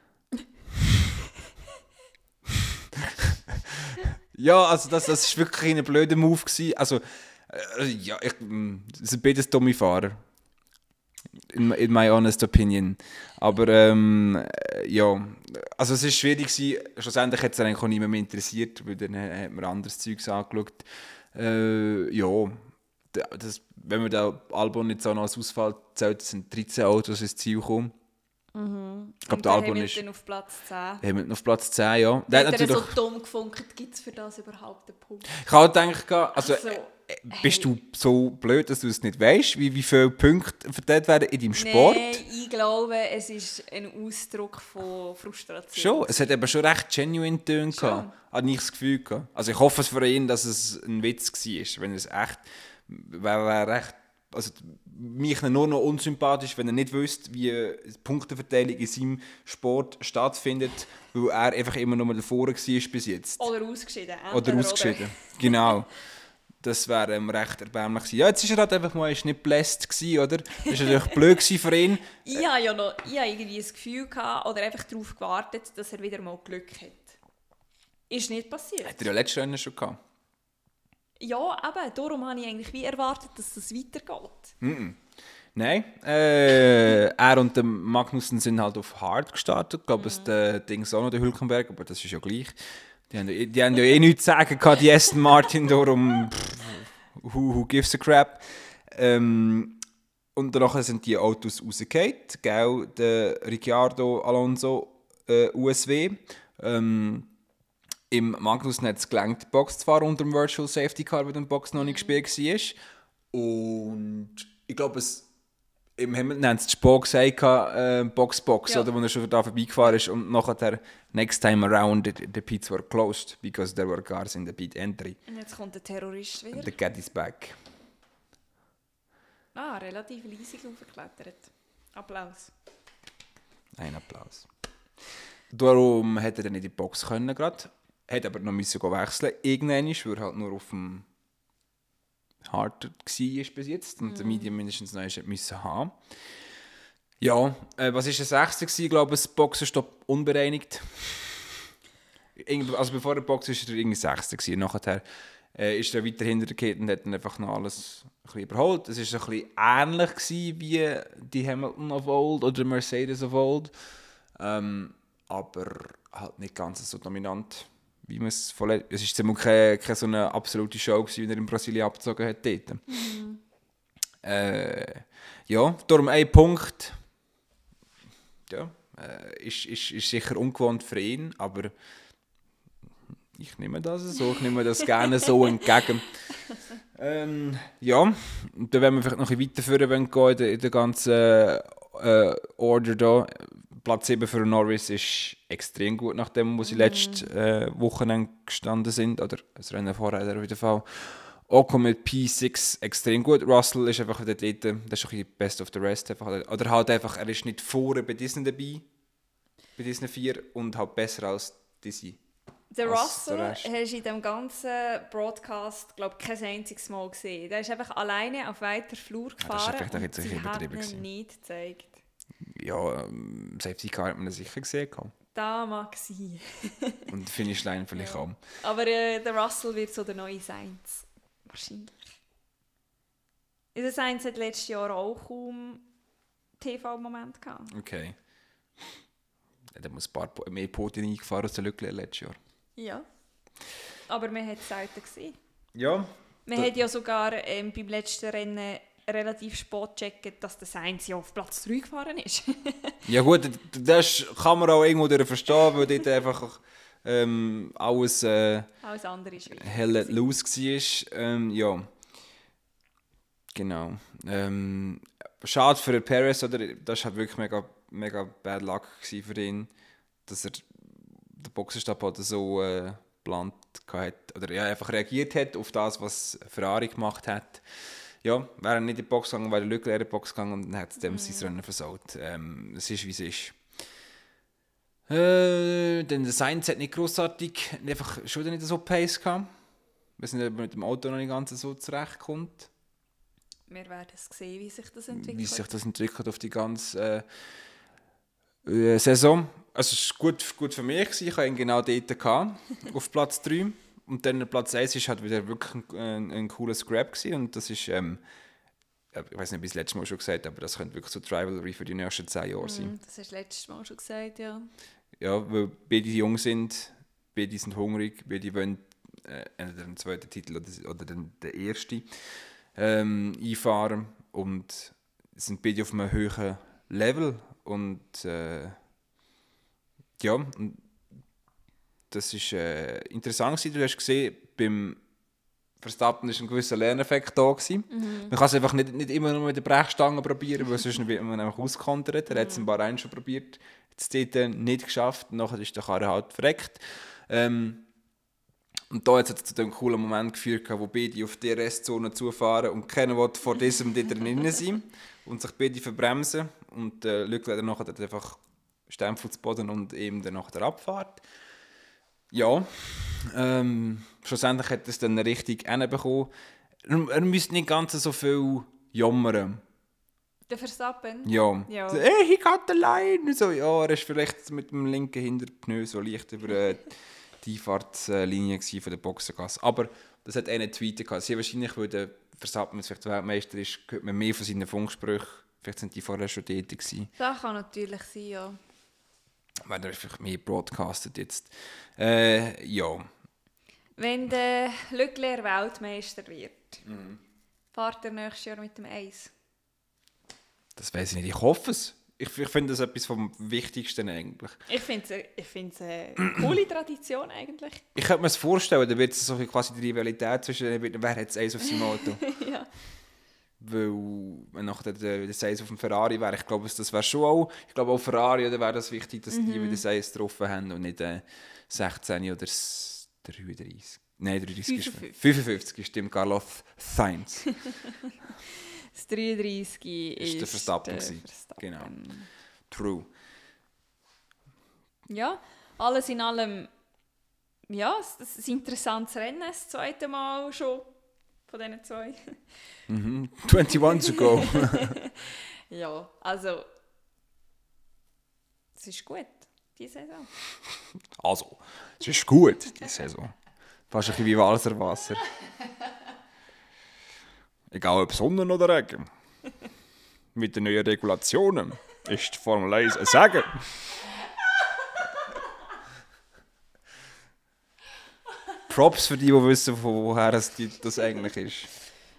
Ja, also das war wirklich ein blöder Move gewesen. Also, ja, es sind beides dumme Fahrer. In my honest opinion. Aber ja, also es war schwierig gewesen. Schlussendlich hat es eigentlich auch niemand mehr interessiert, weil dann hat man anderes Zeugs angeschaut. Ja, wenn man den Albon jetzt auch noch als Ausfall zählt, sind 13 Autos ins Ziel gekommen. Ich glaube, der Albon ist Hamilton auf Platz 10. Hamilton auf Platz 10, ja. Der hat natürlich so dumm gefunden, gibt es für das überhaupt einen Punkt? Ich habe gedacht, also bist du so blöd, dass du es nicht weißt, wie viele Punkte verteilt werden in deinem Sport? Nein, ich glaube, es ist ein Ausdruck von Frustration. Schon, es hat aber schon recht genuine Töne gehabt. Hatte ich das Gefühl gehabt. Also ich hoffe es für ihn, dass es ein Witz war, wenn es echt, wäre recht, also mich nur noch unsympathisch, wenn er nicht wüsste, wie die Punkteverteilung in seinem Sport stattfindet, weil er einfach immer noch mal davor war bis jetzt. Oder ausgeschieden. Oder ausgeschieden, genau. Das wäre recht erbärmlich gewesen. Ja, jetzt war er halt einfach mal nicht blessed gewesen, oder? Das war natürlich blöd für ihn. Ich hatte ja noch irgendwie das Gefühl gehabt, oder einfach darauf gewartet, dass er wieder mal Glück hat. Ist nicht passiert. Hat er ja letztes Rennen schon gehabt. Ja, eben. Darum habe ich eigentlich wie erwartet, dass das weitergeht. Nein. Er und der Magnussen sind halt auf Hard gestartet. Ich glaube, der Dings auch noch, der Hülkenberg, aber das ist ja gleich. Die haben ja eh nichts zu sagen gehabt, die Aston Martin, darum who gives a crap. Und danach sind die Autos rausgefallen, gell, der Ricciardo, Alonso, USW. Im Magnussen hat es gelangt, die Box zu fahren unter dem Virtual Safety Car, weil die Box noch nicht gespielt war. Und ich glaube, im Hamilton haben sie das Sport gesagt, Box, ja. Oder, wo er schon da vorbeigefahren ist. Und nachher, next time around, the pits were closed, because there were cars in the pit entry. Und jetzt kommt der Terrorist wieder. The cat is back. Relativ leisig aufgeklettert. Applaus. Ein Applaus. Darum hätte er dann in die Box können grad. Hat aber noch müssen wechseln. Irgendwann ist, weil er halt nur auf dem Hard war bis jetzt und der Medium mindestens noch müssen haben. Ja, was war das 6. gewesen? Ich glaube, das Boxenstopp unbereinigt. Also bevor der Box ist er irgendwie 6. gewesen. Nachher ist er weiter hintergekehrt und hat dann einfach noch alles ein bisschen überholt. Es war ein bisschen ähnlich gewesen wie die Hamilton of old oder Mercedes of old. Aber halt nicht ganz so dominant, wie man es vorher... Es war keine so eine absolute Show gewesen, wie er in Brasilien abgezogen hat dort. Ja, darum ein Punkt. Ja, ist sicher ungewohnt für ihn, aber ich nehme das so, ich nehme das gerne so entgegen. Ja, und dann werden wir vielleicht noch ein bisschen weiterführen, wenn wir in der ganzen Order da. Platz 7 für Norris ist extrem gut, nachdem wo sie letzte Wochenende gestanden sind. Oder das Rennen vorher auf jeden Fall. Ocon mit P6 extrem gut. Russell ist einfach der Dritte, das ist ein bisschen best of the rest. Einfach. Oder halt einfach, er ist nicht vorne bei diesen dabei, bei diesen 4 und halt besser als diese. Der Russell hast du in dem ganzen Broadcast, glaube ich, kein einziges Mal gesehen. Der ist einfach alleine auf weiter Flur gefahren und sie hat ihn nicht gezeigt. Ja, Safety Car hat man sicher gesehen. Da mag sein. Und Finishline vielleicht auch. Aber der Russell wird so der neue Sainz. Wahrscheinlich. Der Sainz hat letztes Jahr auch kaum TV-Moment gehabt. Okay. Der muss ein paar mehr Podien eingefahren als der Leclerc letztes Jahr. Ja. Aber man hat es selten gesehen. Ja. Man hat ja sogar beim letzten Rennen relativ spät gecheckt, dass der Sainz ja auf Platz 3 gefahren ist. Ja gut, das kann man auch irgendwo verstehen, weil dort einfach alles andere ist hell let loose war. Ja, genau. Schade für Perez, oder? Das war halt wirklich mega bad luck für ihn, dass er den Boxenstopp halt so geplant hat, oder ja, einfach reagiert hat auf das, was Ferrari gemacht hat. Ja, wäre er nicht in die Box gegangen, wäre der Leclerc in die Box gegangen und dann hat es dem sein Rennen versaut. Es ist, wie es ist. Denn der Sainz hat nicht grossartig, einfach schon nicht so Pace gehabt. Ich weiß nicht, ob er mit dem Auto noch nicht ganz so zurechtkommt. Wir werden sehen, wie sich das entwickelt. Wie sich das entwickelt auf die ganze Saison. Also es war gut für mich, ich hatte ihn genau dort gehabt, auf Platz 3. Und dann Platz 1 war halt wieder wirklich ein cooler Scrap gewesen. Und das ist, ich weiß nicht, ob ich das letzte Mal schon gesagt habe, aber das könnte wirklich so die Rivalry für die nächsten 10 Jahre sein. Das hast du letztes Mal schon gesagt, ja. Ja, weil beide jung sind, beide sind hungrig, beide wollen entweder den zweiten Titel oder den ersten einfahren. Und sind beide auf einem höheren Level. Und ja, und das war interessant. Du hast gesehen, beim Verstappen war ein gewisser Lerneffekt da gewesen. Man kann es einfach nicht immer nur mit der Brechstange probieren, weil sonst wird man einfach auskontert. Er hat es ein paar Rennen schon probiert, hat es dort nicht geschafft. Nachher ist der Karre halt verreckt. Und da hat es zu dem coolen Moment geführt, wo beide auf die Restzone zufahren und keiner will vor diesem dort drin sein und sich beide verbremsen. Und Leclerc nachher hat einfach Stempel zu Boden und eben dann nach der Abfahrt. Ja, schlussendlich hat er es dann richtig hinbekommen. Er müsste nicht ganz so viel jammern. Der Verstappen? Ja. Ja. So, hey, he got the line! So, ja, er ist vielleicht mit dem linken Hinterpneu so leicht über die Einfahrtslinie von der Boxengasse. Aber das hat einen Tweet gehabt. Sehr wahrscheinlich, weil der Verstappen vielleicht Weltmeister ist, hört man mehr von seinen Funksprüchen. Vielleicht sind die vorher schon dort gewesen. Das kann natürlich sein, ja. Weil er vielleicht mehr broadcastet jetzt. Ja. Wenn der Leclerc Weltmeister wird, fährt er nächstes Jahr mit dem Eis? Das weiß ich nicht. Ich hoffe es. Ich finde das etwas vom Wichtigsten eigentlich. Ich finde es eine coole Tradition eigentlich. Ich könnte mir es vorstellen, da wird es so quasi die Rivalität zwischen wer hat das Eis auf seinem Auto. Ja. Weil wenn nachher das Eis auf dem Ferrari wäre, ich glaube, das wäre schon auch, ich glaube auch Ferrari, oder wäre das wichtig, dass die wieder das Eis getroffen haben und nicht 16 oder 33. Nein, 55 stimmt, Carlos Sainz. Das 33 ist der Verstappen. Genau. True. Ja, alles in allem, ja, es ist ein interessantes Rennen, das zweite Mal schon von diesen zwei. 21 to go. Ja, also, es ist gut, diese Saison. Also, es ist gut, diese Saison. Fast ein bisschen wie Walserwasser. Egal ob Sonne oder Regen. Mit den neuen Regulationen ist die Formel 1 ein Segen. Props für die wissen, von woher das eigentlich ist.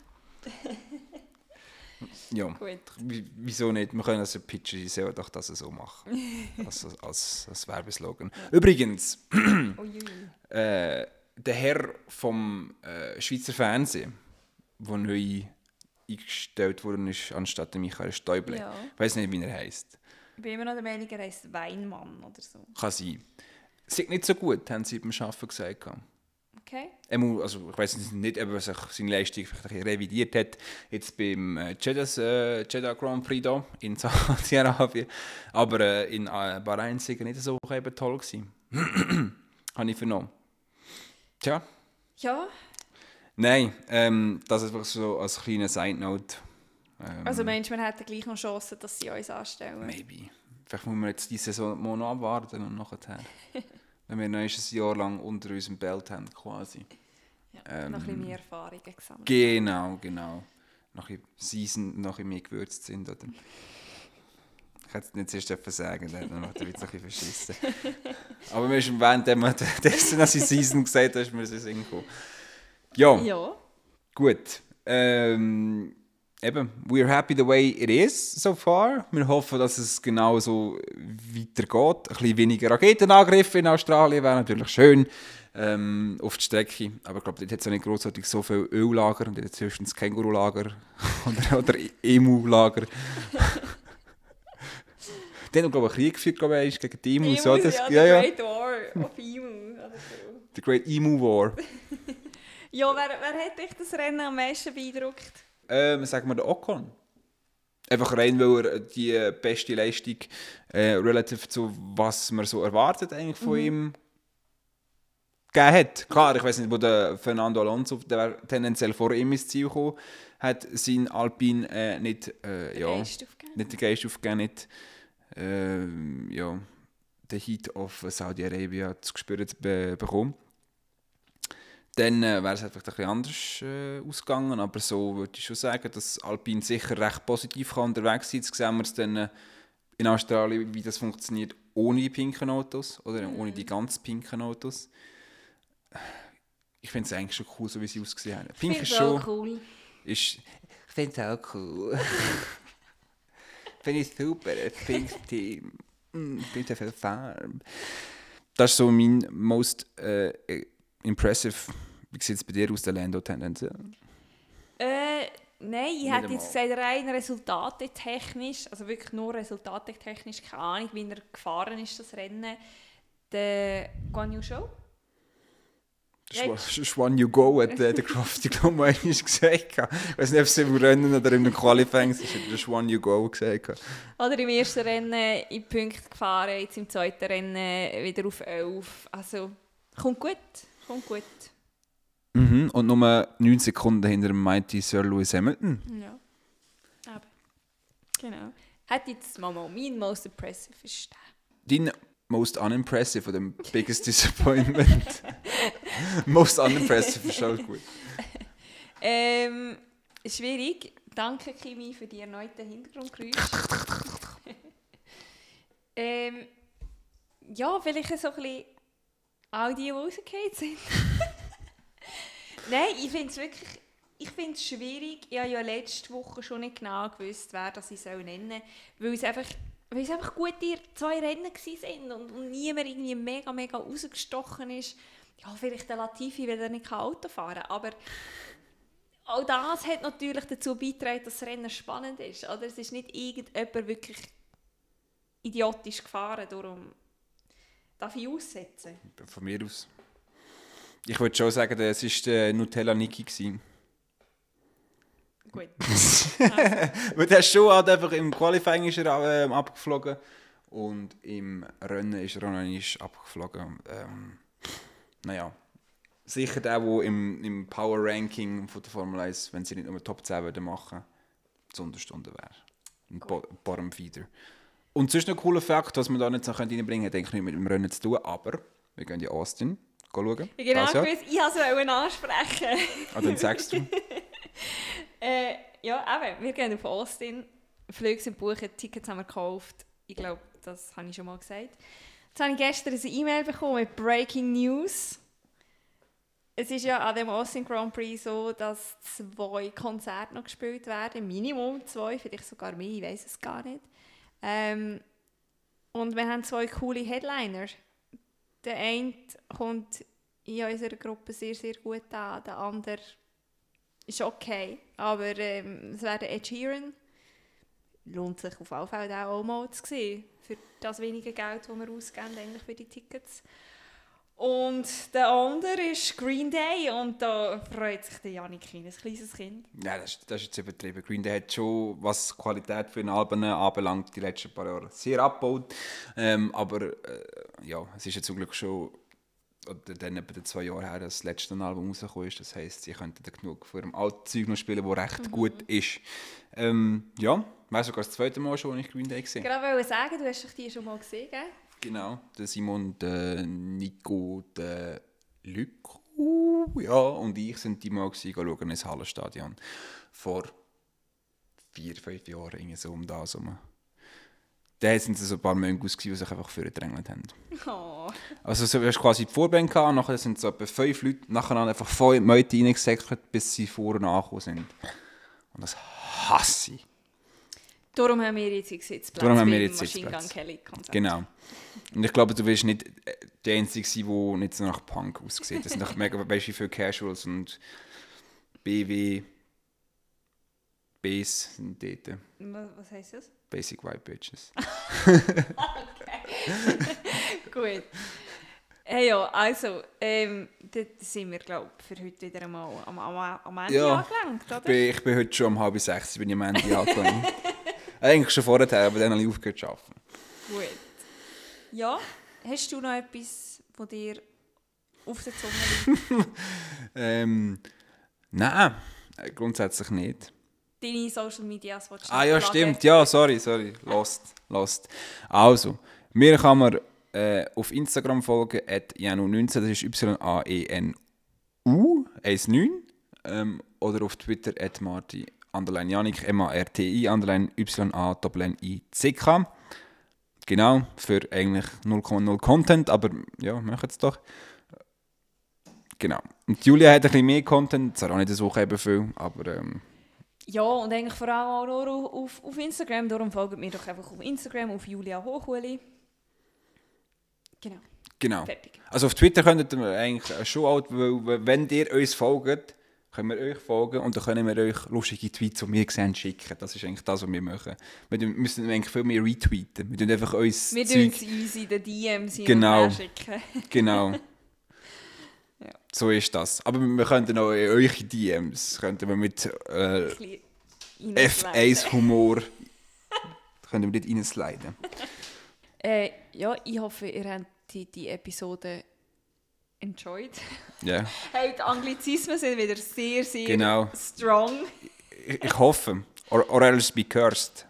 Ja, Gut. Wieso nicht? Wir können also pitchen, ich soll doch das so machen. als Werbeslogan. Ja. Übrigens, der Herr vom Schweizer Fernsehen, der neu eingestellt worden ist, anstatt Michael Stäubli. Ja. Ich weiß nicht, wie er heisst. Ich bin immer noch der Meinung, er heisst Weinmann oder so. Kann sein. Es ist nicht so gut, haben sie beim Arbeiten gesagt. Okay. Also ich weiß nicht, ob er sich seine Leistung vielleicht ein bisschen revidiert hat. Jetzt beim Jeddah Grand Prix hier in Saudi-Arabien. Aber in Bahrain war er nicht so eben toll gewesen. Habe ich vernommen. Tja. Ja. Nein, das ist einfach so als kleiner Side-Note. Also meinst du, wir hätten gleich noch Chancen, dass sie uns anstellen? Maybe. Vielleicht müssen wir jetzt diese Saison mal noch abwarten und nachher. Wenn wir noch ein Jahr lang unter unserem Belt haben, quasi. Ja, noch ein bisschen mehr Erfahrungen gesammelt. Genau. Noch ein Season, noch ein mehr gewürzt sind. Oder? Ich hätte es nicht zuerst sagen, dann macht er wieder ein bisschen verschissen. Aber wir haben während dessen, als ich Season gesagt habe, ist mir das hingekommen. Ja. Gut. Eben, we're happy the way it is so far. Wir hoffen, dass es genau so weitergeht. Ein bisschen weniger Raketenangriffe in Australien wäre natürlich schön auf die Strecke. Aber ich glaube, dort hat es auch nicht großartig so viele Öllager und jetzt höchstens Kängurulager oder Emu-Lager. Die haben, glaube ich, einen Krieg geführt gegen die Emus. Ja, The Great War of Emu. The Great Emu War. Ja, wer hat dich das Rennen am meisten beeindruckt? Sagen wir den Ocon. Einfach rein, weil er die beste Leistung relativ zu was man so erwartet eigentlich von ihm gegeben hat. Klar, ich weiß nicht, wo der Fernando Alonso, der wäre tendenziell vor ihm ins Ziel gekommen, hat sein Alpine nicht den Geist aufgegeben, nicht den Heat of Saudi-Arabia zu spüren bekommen. Dann wäre es einfach ein bisschen anders ausgegangen, aber so würde ich schon sagen, dass Alpine sicher recht positiv unterwegs sein kann. Jetzt sehen wir es dann in Australien, wie das funktioniert ohne die pinken Autos oder ohne die ganz pinken Autos. Ich finde es eigentlich schon cool, so wie sie ausgesehen haben. Pink ist schon cool. Ich finde es auch cool. Finde ich super, das Pink Team. Ich bin so viel Farbe. Das ist so mein most impressive. Wie sieht es bei dir aus, der Lando-Tendenz? Nein, ich hätte jetzt gesagt, rein resultatetechnisch, also wirklich nur resultatetechnisch, keine Ahnung, wie er gefahren ist, das Rennen. Der Guan Yu Zhou? Schwan You Go hat der Crofty, glaube ich, einmal gesagt. Ich weiß nicht, ob es im Rennen oder im Qualifying ist, hat der Schwan You Go gesagt. Oder im ersten Rennen in Punkte gefahren, jetzt im zweiten Rennen wieder auf 11. Also, kommt gut. Mhm. Und nur 9 Sekunden hinter dem Mighty Sir Lewis Hamilton. Ja, aber genau. Hat jetzt mal mein most impressive ist der. Dein most unimpressive oder dem biggest disappointment? Most unimpressive ist auch gut. Schwierig. Danke, Kimi, für die erneuten Hintergrundgeräusche. Ja, vielleicht so ein bisschen all die rausgefallen sind. Nein, ich finde es wirklich schwierig. Ich habe ja letzte Woche schon nicht genau gewusst, wer das ich nennen soll, weil es einfach gute 2 Rennen waren und niemand irgendwie mega rausgestochen ist. Ja, vielleicht der Latifi, weil er nicht Auto fahren kann, aber auch das hat natürlich dazu beigetragen, dass das Rennen spannend ist. Oder? Es ist nicht irgendjemand wirklich idiotisch gefahren, darum darf ich aussetzen. Von mir aus. Ich würde schon sagen, es war der Nutella Niki. Gut. Weil der schon halt einfach im Qualifying ist er abgeflogen und im Rennen ist er auch noch nicht abgeflogen. Naja, sicher der im Power Ranking von der Formel 1, wenn sie nicht nur Top 10 würden machen, zu Unterstunden wäre. Ein Bottom Feeder. Und sonst noch ein cooler Fakt, was man da nicht noch reinbringen könnte, denke ich nicht mit dem Rennen zu tun, aber wir gehen in Austin schauen. Ja, genau, ich wollte es ansprechen. Dann sagst du. Ja, eben, wir gehen auf Austin, Flüge sind gebucht, Tickets haben wir gekauft. Ich glaube, das habe ich schon mal gesagt. Jetzt habe ich gestern eine E-Mail bekommen mit Breaking News. Es ist ja an dem Austin Grand Prix so, dass 2 Konzerte noch gespielt werden. Minimum 2, vielleicht sogar mehr, ich weiß es gar nicht. Und wir haben 2 coole Headliner. Der eine kommt in unserer Gruppe sehr, sehr gut an, der andere ist okay. Aber es wäre Ed Sheeran. lohnt sich auf jeden Fall auch mal zu sehen, für das wenige Geld, das wir ausgeben eigentlich für die Tickets. Und der andere ist Green Day und da freut sich der Janik wie ein kleines Kind. Ja, das ist jetzt übertrieben. Green Day hat schon, was die Qualität für den Alben anbelangt, die letzten paar Jahre sehr abgebaut. Aber ja, es ist ja zum Glück schon oder dann etwa 2 Jahre her, dass das letzte Album rausgekommen ist. Das heisst, sie könnten dann genug von ihrem alten Zeug noch spielen, das recht gut ist. Ja, wäre sogar das zweite Mal schon, als ich Green Day gesehen habe. Ich wollte sagen, du hast die schon mal gesehen, gell? Genau, der Simon, der Nico, der Luco, ja, und ich sind die mal schauen ins Hallenstadion. Vor 4-5 Jahren, irgendwie so um das herum. Da sind so ein paar Mongos, die sich einfach vorgedrängelt haben. Oh. Also du hast quasi die Vorband gehabt, und nachher sind so etwa 5 Leute nacheinander einfach voll in die Meute reingesäckelt, bis sie vorne angekommen sind. Und das hasse ich. Darum haben wir jetzt Sitzplätze beim Machine Gun Kelly Konzert. Genau. Und ich glaube, du wirst nicht der Einzige sein, der nicht so nach Punk aussieht. Das sind doch mega, weißt du, wie viele Casuals und BW, Bass sind dort. Was heisst das? Basic White Bitches. Gut. Hey ja, also, da sind wir, glaube ich, für heute wieder einmal am Ende angelangt, oder? Ich bin heute schon um 5:30 bin ich am Ende angelangt. Eigentlich schon vorher, aber dann habe ich aufgehört zu arbeiten. Gut. Ja, hast du noch etwas, das dir auf der Zunge liegt? Nein, grundsätzlich nicht. Deine Social Medias, die du Ah ja, stimmt. Ja, sorry. Lost. Also, mir kann man auf Instagram folgen, @janu19, das ist YAENU, 19. Oder auf Twitter, @marti_janik, MARTI_YANICK. Genau, für eigentlich 0,0 Content, aber ja, machen es doch. Genau. Und Julia hat ein bisschen mehr Content, zwar auch nicht so viel, aber... Ja, und eigentlich vor allem auch nur auf Instagram. Darum folgt mir doch einfach auf Instagram, auf Julia Hochuli. Genau. Fertig. Also auf Twitter könnt ihr eigentlich schon auch, weil wenn ihr uns folgt, können wir euch folgen und dann können wir euch lustige Tweets, die wir sehen, schicken. Das ist eigentlich das, was wir machen. Wir müssen eigentlich viel mehr retweeten. Wir tun einfach uns wir tun es uns in den DMs schicken. Genau. Ja. So ist das. Aber wir könnten auch in eure DMs könnten wir mit F1-Humor können wir dort reinsliden. Ja, ich hoffe, ihr habt die Episode enjoyed. Ja. Hey, die Anglizismen sind wieder sehr, sehr strong. Ich hoffe. Or else be cursed.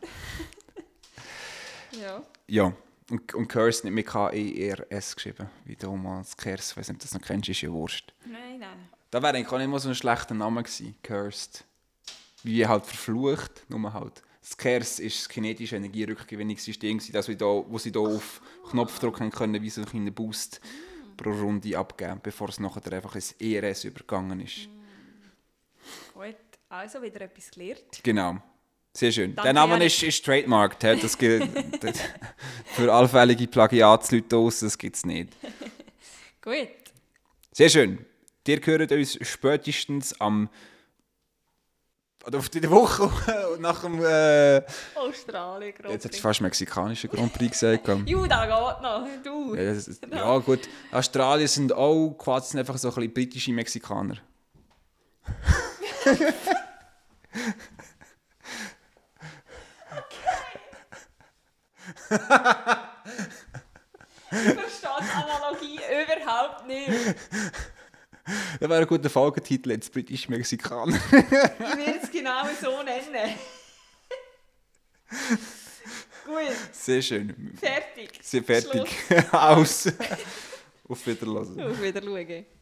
Ja. Ja. Und cursed nicht mit K-E-R-S geschrieben. Wie damals Kers. Ich weiß nicht, ob du das noch kennst, ist ja Wurst. Nein. Da wäre eigentlich auch nicht mal so ein schlechter Name gewesen. Cursed. Wie halt verflucht, nur halt. Das Kers war das kinetische Energierückgewinnungssystem, das wo sie hier auf Knopfdruck können, wie so einen kleinen Boost pro Runde abgeben, bevor es nachher einfach ins ERS übergegangen ist. Gut, also wieder etwas gelernt. Genau. Sehr schön. Danke, der Name ist trademarked. Das gilt für allfällige Plagiatsleute draussen, das gibt es nicht. Gut. Sehr schön. Ihr hört uns spätestens oder auf die Woche nach dem Australien Grand Prix. Jetzt hätte ich fast mexikanischen Grand Prix gesagt. Da geht noch. Du. Ja gut. Australien sind auch quasi einfach so ein bisschen britische Mexikaner. Ich verstehe die Analogie überhaupt nicht. Das wäre ein guter Folgetitel, jetzt britische Mexikaner. Ich würde es genau so nennen. Gut. Sehr schön. Fertig. Sehr fertig. Aus. Auf Wiedersehen. Auf Wiedersehen.